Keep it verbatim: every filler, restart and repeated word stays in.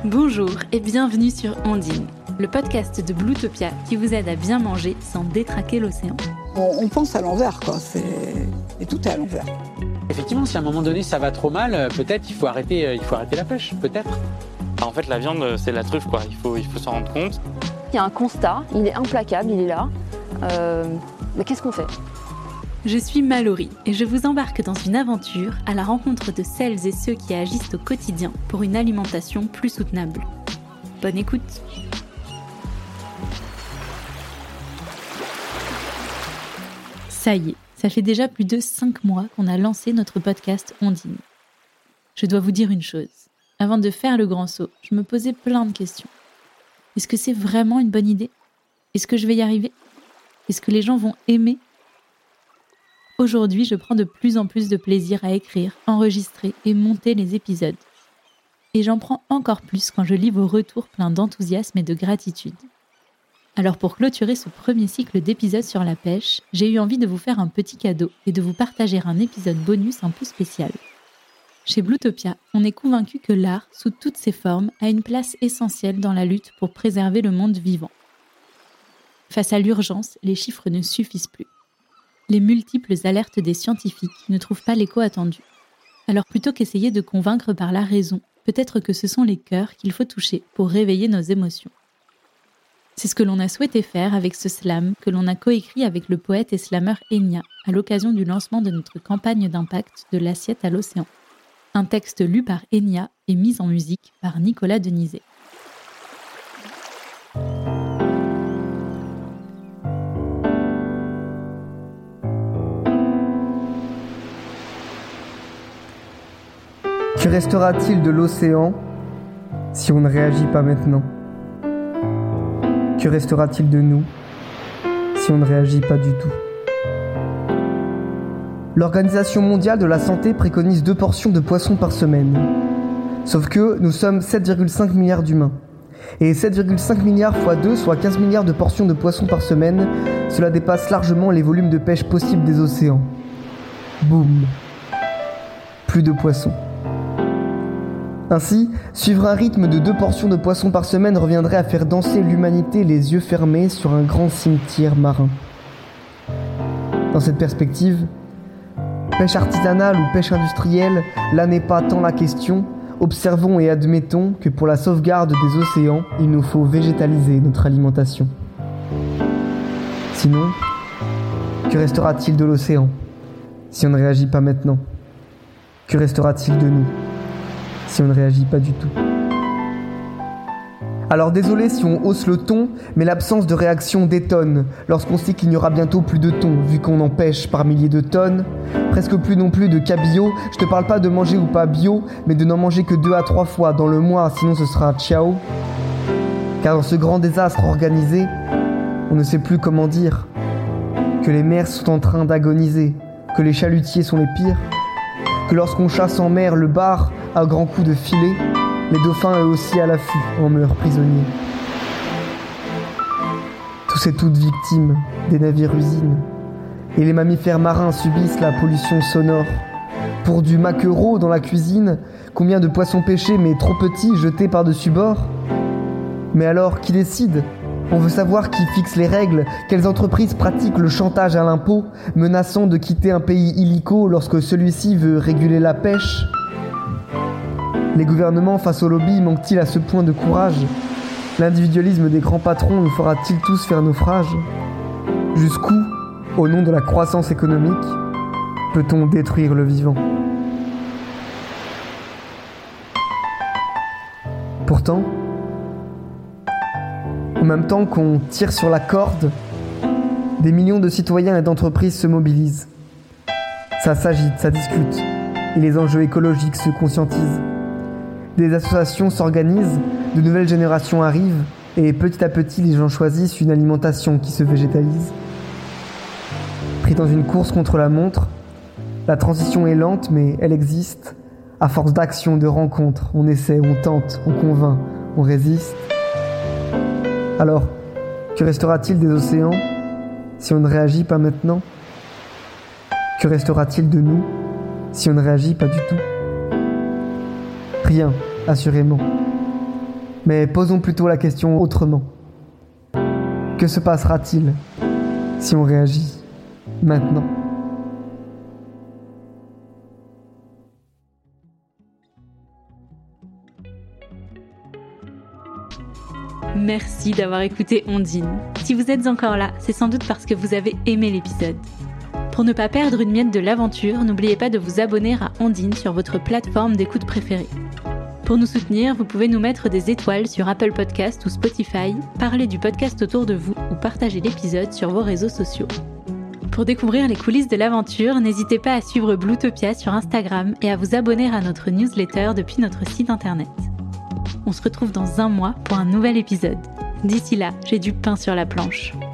Bonjour et bienvenue sur Ondine, le podcast de Bluetopia qui vous aide à bien manger sans détraquer l'océan. On, on pense à l'envers, quoi. C'est... Et tout est à l'envers. Effectivement, si à un moment donné ça va trop mal, peut-être il faut arrêter, il faut arrêter la pêche, peut-être. En fait, la viande, c'est la truffe, quoi. Il faut, il faut s'en rendre compte. Il y a un constat, il est implacable, il est là. Euh, mais qu'est-ce qu'on fait ? Je suis Mallory et je vous embarque dans une aventure à la rencontre de celles et ceux qui agissent au quotidien pour une alimentation plus soutenable. Bonne écoute. Ça y est, ça fait déjà plus de cinq mois qu'on a lancé notre podcast Ondine. Je dois vous dire une chose. Avant de faire le grand saut, je me posais plein de questions. Est-ce que c'est vraiment une bonne idée ? Est-ce que je vais y arriver ? Est-ce que les gens vont aimer ? Aujourd'hui, je prends de plus en plus de plaisir à écrire, enregistrer et monter les épisodes. Et j'en prends encore plus quand je lis vos retours pleins d'enthousiasme et de gratitude. Alors pour clôturer ce premier cycle d'épisodes sur la pêche, j'ai eu envie de vous faire un petit cadeau et de vous partager un épisode bonus un peu spécial. Chez Bluetopia, on est convaincu que l'art, sous toutes ses formes, a une place essentielle dans la lutte pour préserver le monde vivant. Face à l'urgence, les chiffres ne suffisent plus. Les multiples alertes des scientifiques ne trouvent pas l'écho attendu. Alors plutôt qu'essayer de convaincre par la raison, peut-être que ce sont les cœurs qu'il faut toucher pour réveiller nos émotions. C'est ce que l'on a souhaité faire avec ce slam que l'on a coécrit avec le poète et slameur Enya à l'occasion du lancement de notre campagne d'impact de l'assiette à l'océan. Un texte lu par Enya et mis en musique par Nicolas Denizet. Que restera-t-il de l'océan si on ne réagit pas maintenant ? Que restera-t-il de nous si on ne réagit pas du tout ? L'Organisation mondiale de la santé préconise deux portions de poissons par semaine. Sauf que nous sommes sept virgule cinq milliards d'humains. Et sept virgule cinq milliards fois deux, soit quinze milliards de portions de poissons par semaine, cela dépasse largement les volumes de pêche possibles des océans. Boum. Plus de poissons. Ainsi, suivre un rythme de deux portions de poissons par semaine reviendrait à faire danser l'humanité les yeux fermés sur un grand cimetière marin. Dans cette perspective, pêche artisanale ou pêche industrielle, là n'est pas tant la question. Observons et admettons que pour la sauvegarde des océans, il nous faut végétaliser notre alimentation. Sinon, que restera-t-il de l'océan si on ne réagit pas maintenant ? Que restera-t-il de nous si on ne réagit pas du tout ? Alors désolé si on hausse le ton, mais l'absence de réaction détonne lorsqu'on sait qu'il n'y aura bientôt plus de thon, vu qu'on en pêche par milliers de tonnes. Presque plus non plus de cabillaud. Je te parle pas de manger ou pas bio, mais de n'en manger que deux à trois fois dans le mois, sinon ce sera ciao. Car dans ce grand désastre organisé, on ne sait plus comment dire que les mers sont en train d'agoniser, que les chalutiers sont les pires, que lorsqu'on chasse en mer le bar à grands coups de filet, les dauphins eux aussi à l'affût en meurent prisonniers. Tous et toutes victimes des navires-usines. Et les mammifères marins subissent la pollution sonore. Pour du maquereau dans la cuisine, combien de poissons pêchés mais trop petits jetés par-dessus bord ? Mais alors, qui décide ? On veut savoir qui fixe les règles, quelles entreprises pratiquent le chantage à l'impôt, menaçant de quitter un pays illico lorsque celui-ci veut réguler la pêche ? Les gouvernements face au lobby manquent-ils à ce point de courage ? L'individualisme des grands patrons nous fera-t-il tous faire naufrage ? Jusqu'où, au nom de la croissance économique, peut-on détruire le vivant ? Pourtant, en même temps qu'on tire sur la corde, des millions de citoyens et d'entreprises se mobilisent. Ça s'agite, ça discute, et les enjeux écologiques se conscientisent. Des associations s'organisent, de nouvelles générations arrivent, et petit à petit les gens choisissent une alimentation qui se végétalise. Pris dans une course contre la montre, la transition est lente mais elle existe. À force d'action, de rencontres, on essaie, on tente, on convainc, on résiste. Alors, que restera-t-il des océans si on ne réagit pas maintenant ? Que restera-t-il de nous si on ne réagit pas du tout ? Rien, assurément. Mais posons plutôt la question autrement. Que se passera-t-il si on réagit maintenant ? Merci d'avoir écouté Ondine. Si vous êtes encore là, c'est sans doute parce que vous avez aimé l'épisode. Pour ne pas perdre une miette de l'aventure, n'oubliez pas de vous abonner à Ondine sur votre plateforme d'écoute préférée. Pour nous soutenir, vous pouvez nous mettre des étoiles sur Apple Podcast ou Spotify, parler du podcast autour de vous ou partager l'épisode sur vos réseaux sociaux. Pour découvrir les coulisses de l'aventure, n'hésitez pas à suivre Bluetopia sur Instagram et à vous abonner à notre newsletter depuis notre site internet. On se retrouve dans un mois pour un nouvel épisode. D'ici là, j'ai du pain sur la planche.